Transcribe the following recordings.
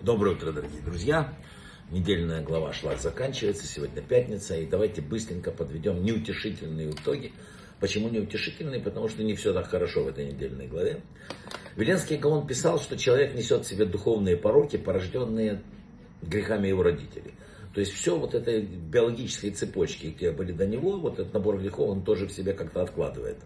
Доброе утро, дорогие друзья. Недельная глава Шлах заканчивается. Сегодня пятница. И давайте быстренько подведем неутешительные итоги. Почему неутешительные? Потому что не все так хорошо в этой недельной главе. Веленский Гаон писал, что человек несет в себе духовные пороки, порожденные грехами его родителей. То есть все вот этой биологической цепочки, которые были до него, вот этот набор грехов, он тоже в себе как-то откладывает.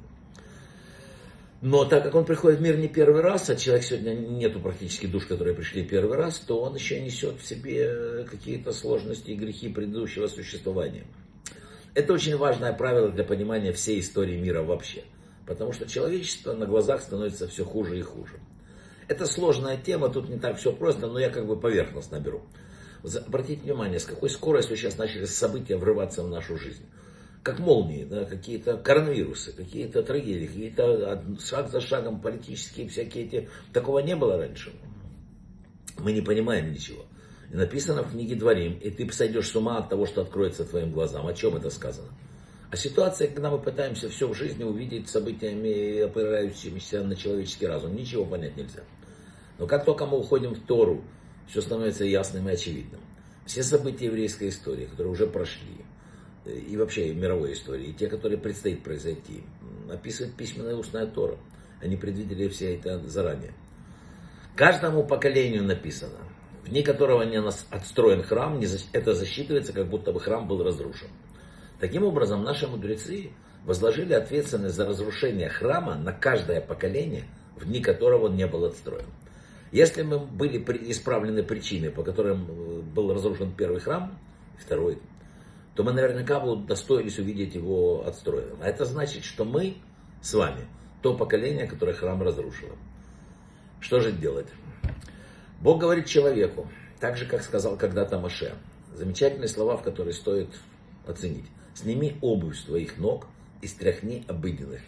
Но так как он приходит в мир не первый раз, а человек сегодня нету практически душ, которые пришли первый раз, то он еще несет в себе какие-то сложности и грехи предыдущего существования. Это очень важное правило для понимания всей истории мира вообще. Потому что человечество на глазах становится все хуже и хуже. Это сложная тема, тут не так все просто, но я как бы поверхностно беру. Обратите внимание, с какой скоростью сейчас начали события врываться в нашу жизнь. Как молнии, да, какие-то коронавирусы, какие-то трагедии, какие-то шаг за шагом политические всякие эти. Такого не было раньше. Мы не понимаем ничего. И написано в книге Дворим, и ты сойдешь с ума от того, что откроется твоим глазам. О чем это сказано? О ситуации, когда мы пытаемся все в жизни увидеть событиями, опирающимися на человеческий разум. Ничего понять нельзя. Но как только мы уходим в Тору, все становится ясным и очевидным. Все события еврейской истории, которые уже прошли, и вообще мировой истории, и те, которые предстоит произойти, описывает письменная и устная Тора. Они предвидели все это заранее. Каждому поколению написано, в дни которого не отстроен храм, это засчитывается, как будто бы храм был разрушен. Таким образом, наши мудрецы возложили ответственность за разрушение храма на каждое поколение, в дни которого он не был отстроен. Если мы были исправлены причины, по которым был разрушен первый храм, второй, то мы наверняка бы удостоились увидеть его отстроенным. А это значит, что мы с вами то поколение, которое храм разрушило. Что же делать? Бог говорит человеку, так же, как сказал когда-то Моше. Замечательные слова, в которые стоит оценить. Сними обувь с твоих ног и стряхни обыденных,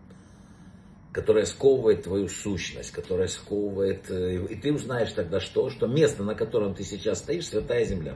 которая сковывает твою сущность, которая сковывает... И ты узнаешь тогда что место, на котором ты сейчас стоишь, святая земля.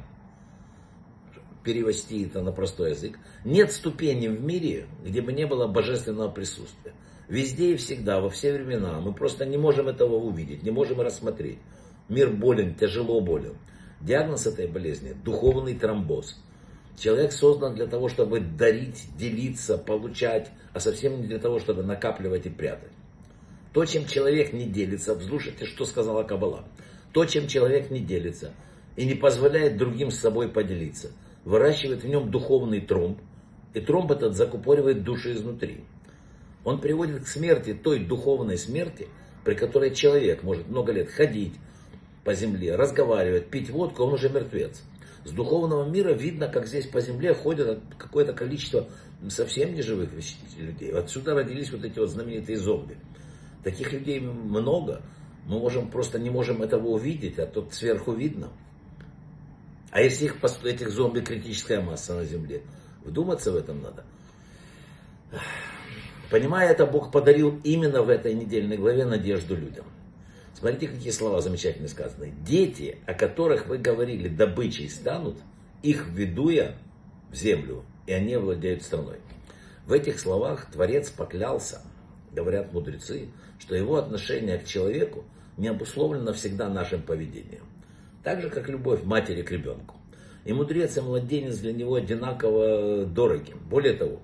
Перевести это на простой язык. Нет ступени в мире, где бы не было божественного присутствия. Везде и всегда, во все времена. Мы просто не можем этого увидеть, не можем рассмотреть. Мир болен, тяжело болен. Диагноз этой болезни – духовный тромбоз. Человек создан для того, чтобы дарить, делиться, получать, а совсем не для того, чтобы накапливать и прятать. То, чем человек не делится, слушайте, что сказала Каббала. То, чем человек не делится и не позволяет другим с собой поделиться, выращивает в нем духовный тромб, и тромб этот закупоривает души изнутри. Он приводит к смерти, той духовной смерти, при которой человек может много лет ходить по земле, разговаривать, пить водку, он уже мертвец. С духовного мира видно, как здесь по земле ходят какое-то количество совсем неживых людей. Отсюда родились вот эти вот знаменитые зомби. Таких людей много, мы просто не можем этого увидеть, а тут сверху видно. А если этих зомби критическая масса на земле, вдуматься в этом надо. Понимая это, Бог подарил именно в этой недельной главе надежду людям. Смотрите, какие слова замечательно сказаны. Дети, о которых вы говорили, добычей станут, их введу я в землю, и они владеют страной. В этих словах Творец поклялся, говорят мудрецы, что его отношение к человеку не обусловлено всегда нашим поведением. Так же, как любовь матери к ребенку. И мудрец, и младенец для него одинаково дороги. Более того,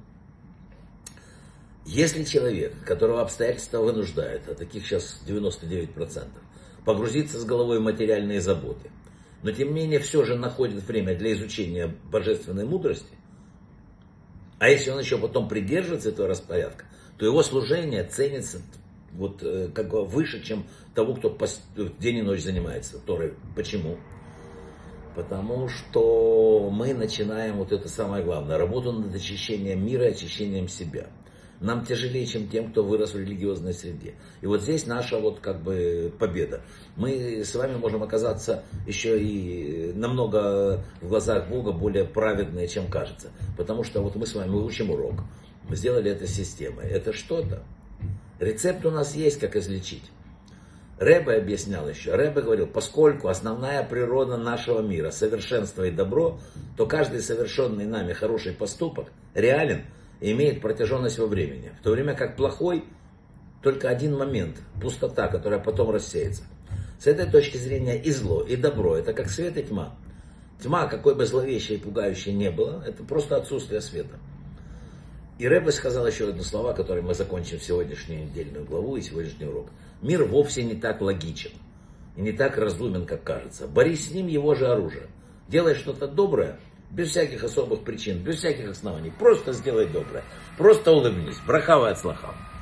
если человек, которого обстоятельства вынуждают, а таких сейчас 99%, погрузиться с головой в материальные заботы, но тем не менее все же находит время для изучения божественной мудрости, а если он еще потом придерживается этого распорядка, то его служение ценится выше, чем того, кто день и ночь занимается Торой. Почему? Потому что мы начинаем, это самое главное, работу над очищением мира и очищением себя. Нам тяжелее, чем тем, кто вырос в религиозной среде. И вот здесь наша победа. Мы с вами можем оказаться еще и намного в глазах Бога более праведные, чем кажется. Потому что мы с вами учим урок. Мы сделали это системой. Это что-то. Рецепт у нас есть, как излечить. Ребе объяснял еще. Ребе говорил, поскольку основная природа нашего мира совершенство и добро, то каждый совершенный нами хороший поступок реален и имеет протяженность во времени. В то время как плохой только один момент, пустота, которая потом рассеется. С этой точки зрения и зло, и добро, это как свет и тьма. Тьма, какой бы зловещей и пугающей не было, это просто отсутствие света. И Ребе сказал еще одно слово, которое мы закончим сегодняшнюю недельную главу и сегодняшний урок. Мир вовсе не так логичен и не так разумен, как кажется. Борись с ним, его же оружие. Делай что-то доброе, без всяких особых причин, без всяких оснований. Просто сделай доброе. Просто улыбнись. Браха ве ацлаха.